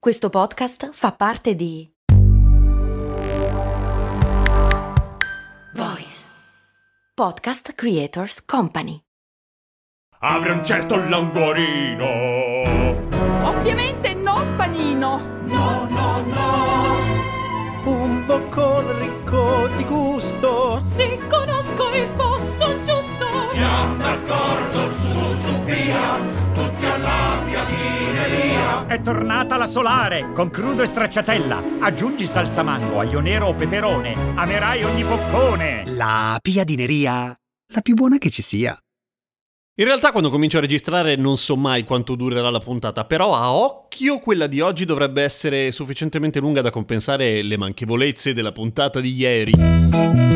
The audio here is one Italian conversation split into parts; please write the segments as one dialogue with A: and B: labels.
A: Questo podcast fa parte di Voice Podcast Creators Company.
B: Apre un certo languorino.
C: Ovviamente non panino.
B: No, no, no.
D: Un boccone ricco di gusto.
E: Se conosco il posto giusto.
B: Siamo d'accordo, su via, tutti alla piadineria.
F: È tornata la Solare, con crudo e stracciatella. Aggiungi salsa mango, aglio nero o peperone. Amerai ogni boccone.
D: La piadineria, la più buona che ci sia.
G: In realtà quando comincio a registrare non so mai quanto durerà la puntata, però a occhio quella di oggi dovrebbe essere sufficientemente lunga da compensare le manchevolezze della puntata di ieri.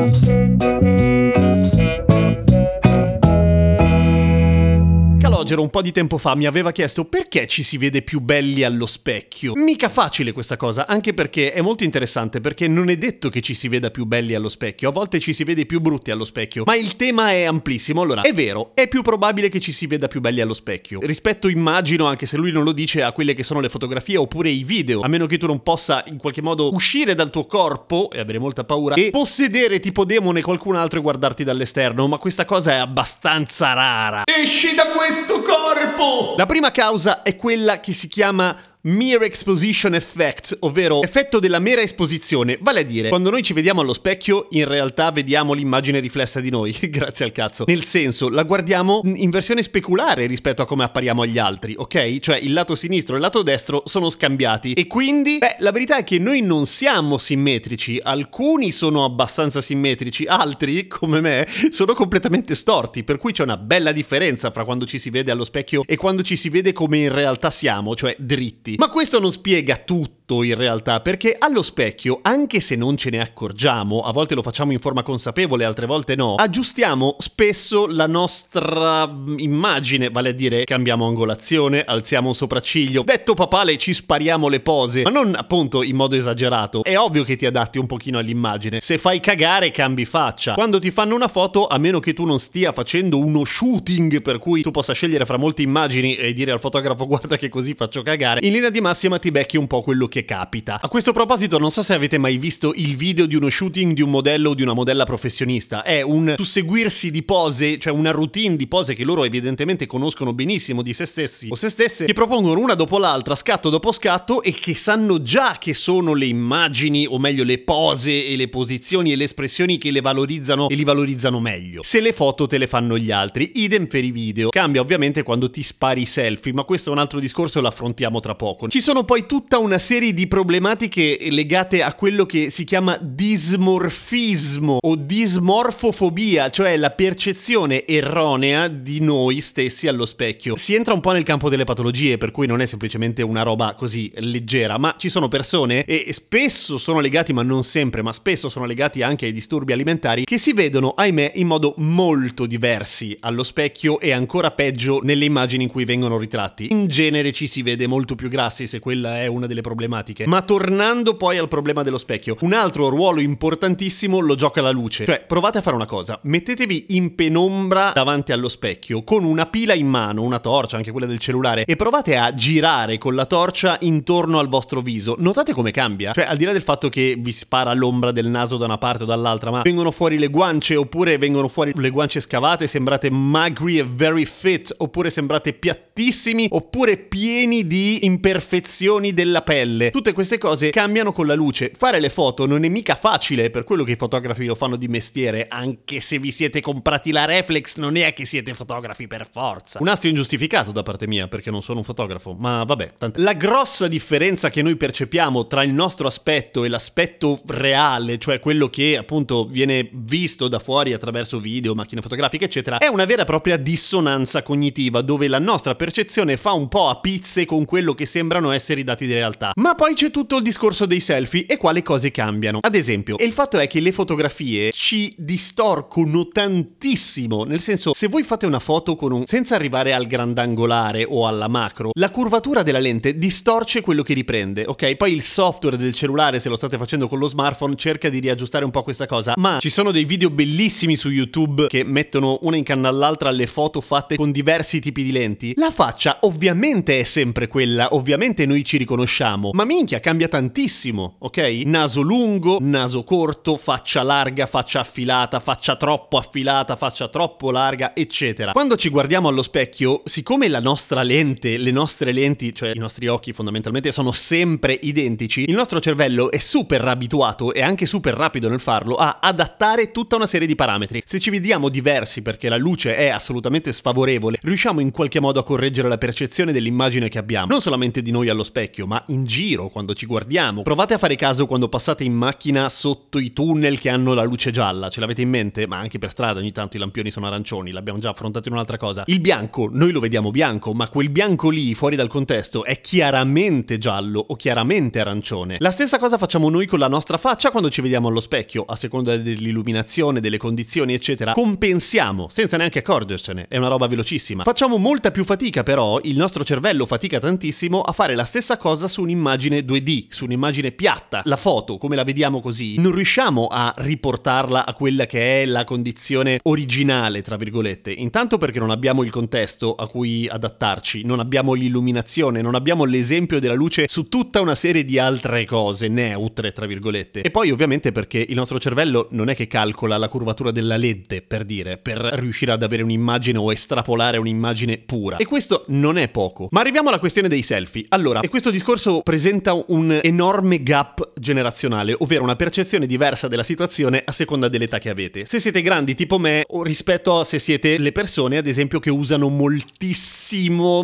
G: Calogero un po' di tempo fa mi aveva chiesto perché ci si vede più belli allo specchio. Mica facile questa cosa, anche perché è molto interessante, perché non è detto che ci si veda più belli allo specchio, a volte ci si vede più brutti allo specchio, ma il tema è amplissimo. Allora, è vero, è più probabile che ci si veda più belli allo specchio rispetto, immagino, anche se lui non lo dice, a quelle che sono le fotografie oppure i video, a meno che tu non possa in qualche modo uscire dal tuo corpo e avere molta paura e possedere tipo demone qualcun altro e guardarti dall'esterno, ma questa cosa è abbastanza rara. Esci da questo corpo! La prima causa è quella che si chiama Mere Exposition Effect, ovvero effetto della mera esposizione, vale a dire, quando noi ci vediamo allo specchio, in realtà vediamo l'immagine riflessa di noi, grazie al cazzo. Nel senso, la guardiamo in versione speculare rispetto a come appariamo agli altri, ok? Cioè, il lato sinistro e il lato destro sono scambiati, e quindi, la verità è che noi non siamo simmetrici, alcuni sono abbastanza simmetrici, altri, come me, sono completamente storti, per cui c'è una bella differenza fra quando ci si vede allo specchio e quando ci si vede come in realtà siamo, cioè dritti. Ma questo non spiega tutto in realtà, perché allo specchio, anche se non ce ne accorgiamo, a volte lo facciamo in forma consapevole, altre volte no, aggiustiamo spesso la nostra immagine, vale a dire cambiamo angolazione, alziamo un sopracciglio, detto papale ci spariamo le pose, ma non appunto in modo esagerato. È ovvio che ti adatti un pochino all'immagine, se fai cagare cambi faccia, quando ti fanno una foto, a meno che tu non stia facendo uno shooting per cui tu possa scegliere fra molte immagini e dire al fotografo guarda che così faccio cagare, in linea di massima ti becchi un po' quello che capita. A questo proposito, non so se avete mai visto il video di uno shooting di un modello o di una modella professionista. È un susseguirsi di pose, cioè una routine di pose che loro evidentemente conoscono benissimo di se stessi o se stesse, che propongono una dopo l'altra, scatto dopo scatto, e che sanno già che sono le immagini, o meglio le pose e le posizioni e le espressioni che le valorizzano e li valorizzano meglio. Se le foto te le fanno gli altri, idem per i video. Cambia ovviamente quando ti spari i selfie, ma questo è un altro discorso e lo affrontiamo tra poco. Ci sono poi tutta una serie di problematiche legate a quello che si chiama dismorfismo o dismorfofobia, cioè la percezione erronea di noi stessi allo specchio. Si entra un po' nel campo delle patologie, per cui non è semplicemente una roba così leggera, ma ci sono persone, e spesso sono legati, ma non sempre, ma spesso sono legati anche ai disturbi alimentari, che si vedono, ahimè, in modo molto diversi allo specchio e ancora peggio nelle immagini in cui vengono ritratti. In genere ci si vede molto più grassi, se quella è una delle problematiche. Ma tornando poi al problema dello specchio, un altro ruolo importantissimo lo gioca la luce. Cioè, provate a fare una cosa, mettetevi in penombra davanti allo specchio con una pila in mano, una torcia, anche quella del cellulare, e provate a girare con la torcia intorno al vostro viso. Notate come cambia? Cioè, al di là del fatto che vi spara l'ombra del naso da una parte o dall'altra, ma vengono fuori le guance, oppure vengono fuori le guance scavate, sembrate magri e very fit, oppure sembrate piattissimi, oppure pieni di imperfezioni della pelle. Tutte queste cose cambiano con la luce. Fare le foto non è mica facile, per quello che i fotografi lo fanno di mestiere, anche se vi siete comprati la reflex non è che siete fotografi per forza. Un astio ingiustificato da parte mia, perché non sono un fotografo, ma vabbè. La grossa differenza che noi percepiamo tra il nostro aspetto e l'aspetto reale, cioè quello che appunto viene visto da fuori attraverso video, macchine fotografiche eccetera, è una vera e propria dissonanza cognitiva, dove la nostra percezione fa un po' a pizze con quello che sembrano essere i dati di realtà. Ma Ma poi c'è tutto il discorso dei selfie e quali cose cambiano. Ad esempio, il fatto è che le fotografie ci distorcono tantissimo, nel senso, se voi fate una foto senza arrivare al grandangolare o alla macro, la curvatura della lente distorce quello che riprende, ok? Poi il software del cellulare, se lo state facendo con lo smartphone, cerca di riaggiustare un po' questa cosa, ma ci sono dei video bellissimi su YouTube che mettono una in canna all'altra le foto fatte con diversi tipi di lenti. La faccia ovviamente è sempre quella, ovviamente noi ci riconosciamo, ma minchia, cambia tantissimo, ok? Naso lungo, naso corto, faccia larga, faccia affilata, faccia troppo affilata, faccia troppo larga, eccetera. Quando ci guardiamo allo specchio, siccome la nostra lente, le nostre lenti, cioè i nostri occhi fondamentalmente sono sempre identici, il nostro cervello è super abituato e anche super rapido nel farlo a adattare tutta una serie di parametri. Se ci vediamo diversi perché la luce è assolutamente sfavorevole, riusciamo in qualche modo a correggere la percezione dell'immagine che abbiamo, non solamente di noi allo specchio, ma in giro quando ci guardiamo. Provate a fare caso quando passate in macchina sotto i tunnel che hanno la luce gialla, ce l'avete in mente? Ma anche per strada ogni tanto i lampioni sono arancioni, l'abbiamo già affrontato in un'altra cosa. Il bianco, noi lo vediamo bianco, ma quel bianco lì, fuori dal contesto, è chiaramente giallo o chiaramente arancione. La stessa cosa facciamo noi con la nostra faccia quando ci vediamo allo specchio, a seconda dell'illuminazione, delle condizioni, eccetera. Compensiamo, senza neanche accorgersene, è una roba velocissima. Facciamo molta più fatica però, il nostro cervello fatica tantissimo a fare la stessa cosa su un'immagine 2D, su un'immagine piatta. La foto, come la vediamo così, non riusciamo a riportarla a quella che è la condizione originale, tra virgolette. Intanto perché non abbiamo il contesto a cui adattarci, non abbiamo l'illuminazione, non abbiamo l'esempio della luce su tutta una serie di altre cose neutre, tra virgolette. E poi ovviamente perché il nostro cervello non è che calcola la curvatura della lente, per dire, per riuscire ad avere un'immagine o estrapolare un'immagine pura. E questo non è poco. Ma arriviamo alla questione dei selfie. Allora, e questo discorso presenta un enorme gap generazionale, ovvero una percezione diversa della situazione a seconda dell'età che avete. Se siete grandi tipo me, o rispetto a se siete le persone, ad esempio, che usano moltissimo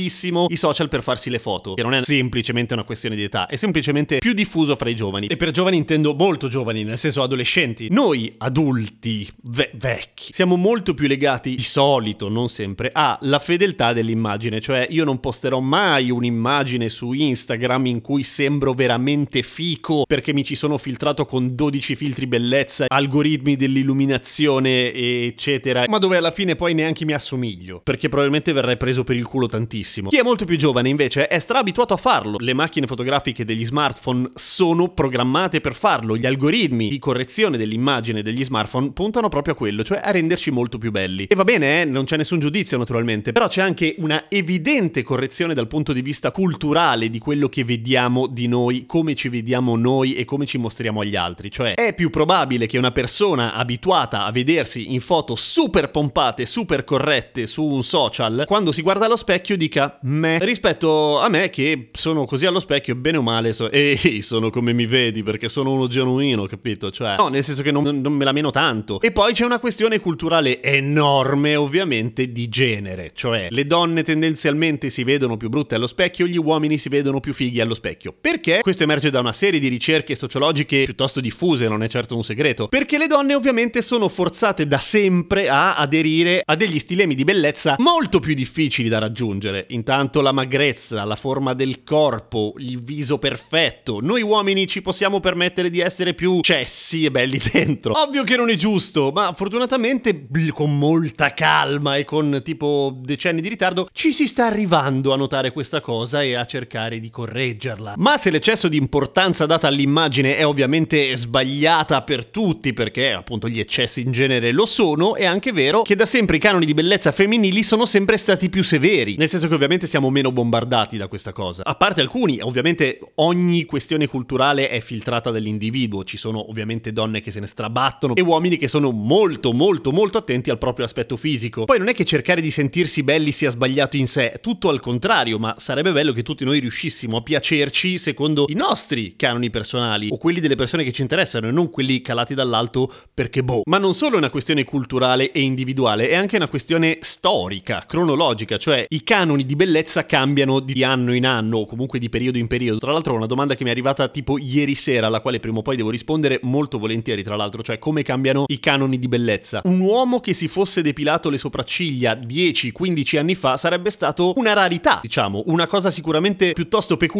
G: i social per farsi le foto, che non è semplicemente una questione di età, è semplicemente più diffuso fra i giovani. E per giovani intendo molto giovani, nel senso adolescenti. Noi adulti, vecchi, siamo molto più legati, di solito, non sempre, alla fedeltà dell'immagine. Cioè, io non posterò mai un'immagine su Instagram in cui sembro veramente fico perché mi ci sono filtrato con 12 filtri bellezza, algoritmi dell'illuminazione, eccetera, ma dove alla fine poi neanche mi assomiglio, perché probabilmente verrei preso per il culo tantissimo. Chi è molto più giovane invece è straabituato a farlo. Le macchine fotografiche degli smartphone sono programmate per farlo. Gli algoritmi di correzione dell'immagine degli smartphone puntano proprio a quello, cioè a renderci molto più belli. E va bene, non c'è nessun giudizio naturalmente, però c'è anche una evidente correzione dal punto di vista culturale di quello che vediamo di noi, come ci vediamo noi e come ci mostriamo agli altri. Cioè, è più probabile che una persona abituata a vedersi in foto super pompate, super corrette su un social, quando si guarda allo specchio dica me, rispetto a me che sono così allo specchio, bene o male, sono come mi vedi perché sono uno genuino, capito? Cioè, no, nel senso che non me la meno tanto. E poi c'è una questione culturale enorme, ovviamente, di genere. Cioè, le donne tendenzialmente si vedono più brutte allo specchio, gli uomini si vedono più fighi allo specchio. Perché? Questo emerge da una serie di ricerche sociologiche piuttosto diffuse, non è certo un segreto. Perché le donne ovviamente sono forzate da sempre a aderire a degli stilemi di bellezza molto più difficili da raggiungere. Intanto la magrezza, la forma del corpo, il viso perfetto. Noi uomini ci possiamo permettere di essere più cessi e belli dentro. Ovvio che non è giusto, ma fortunatamente con molta calma e con tipo decenni di ritardo ci si sta arrivando a notare questa cosa e a cercare di correggerla. Ma se l'eccesso di importanza data all'immagine è ovviamente sbagliata per tutti, perché appunto gli eccessi in genere lo sono, è anche vero che da sempre i canoni di bellezza femminili sono sempre stati più severi, nel senso che ovviamente siamo meno bombardati da questa cosa. A parte alcuni, ovviamente ogni questione culturale è filtrata dall'individuo, ci sono ovviamente donne che se ne strabattono e uomini che sono molto attenti al proprio aspetto fisico. Poi non è che cercare di sentirsi belli sia sbagliato in sé, tutto al contrario, ma sarebbe bello che tutti noi riuscissimo a piacerci secondo i nostri canoni personali o quelli delle persone che ci interessano e non quelli calati dall'alto perché boh. Ma non solo è una questione culturale e individuale, è anche una questione storica, cronologica, cioè i canoni di bellezza cambiano di anno in anno o comunque di periodo in periodo. Tra l'altro è una domanda che mi è arrivata tipo ieri sera, alla quale prima o poi devo rispondere molto volentieri, tra l'altro, cioè come cambiano i canoni di bellezza. Un uomo che si fosse depilato le sopracciglia 10-15 anni fa sarebbe stato una rarità, diciamo, una cosa sicuramente piuttosto peculiare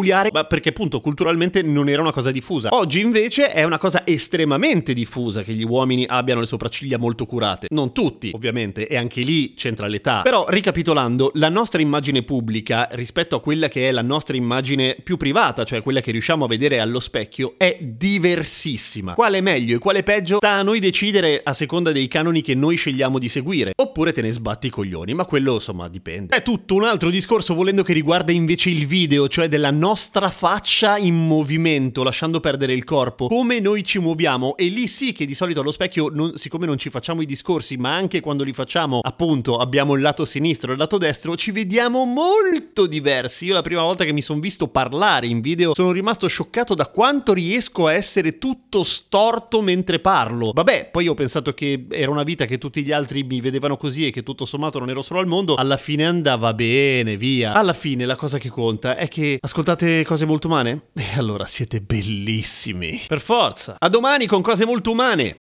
G: peculiare, ma perché appunto culturalmente non era una cosa diffusa. Oggi invece è una cosa estremamente diffusa che gli uomini abbiano le sopracciglia molto curate. Non tutti, ovviamente, e anche lì c'entra l'età. Però, ricapitolando, la nostra immagine pubblica rispetto a quella che è la nostra immagine più privata, cioè quella che riusciamo a vedere allo specchio, è diversissima. Quale è meglio e quale peggio sta a noi decidere a seconda dei canoni che noi scegliamo di seguire. Oppure te ne sbatti i coglioni, ma quello insomma dipende. È tutto un altro discorso, volendo, che riguarda invece il video, cioè della nostra faccia in movimento, lasciando perdere il corpo, come noi ci muoviamo. E lì sì che di solito allo specchio, siccome non ci facciamo i discorsi, ma anche quando li facciamo, appunto, abbiamo il lato sinistro e il lato destro, ci vediamo molto diversi. Io la prima volta che mi sono visto parlare in video sono rimasto scioccato da quanto riesco a essere tutto storto mentre parlo. Vabbè, poi ho pensato che era una vita che tutti gli altri mi vedevano così e che tutto sommato non ero solo al mondo. Alla fine andava bene, via. Alla fine la cosa che conta è che ascoltate Cose Molto Umane? E allora siete bellissimi. Per forza. A domani con Cose Molto Umane.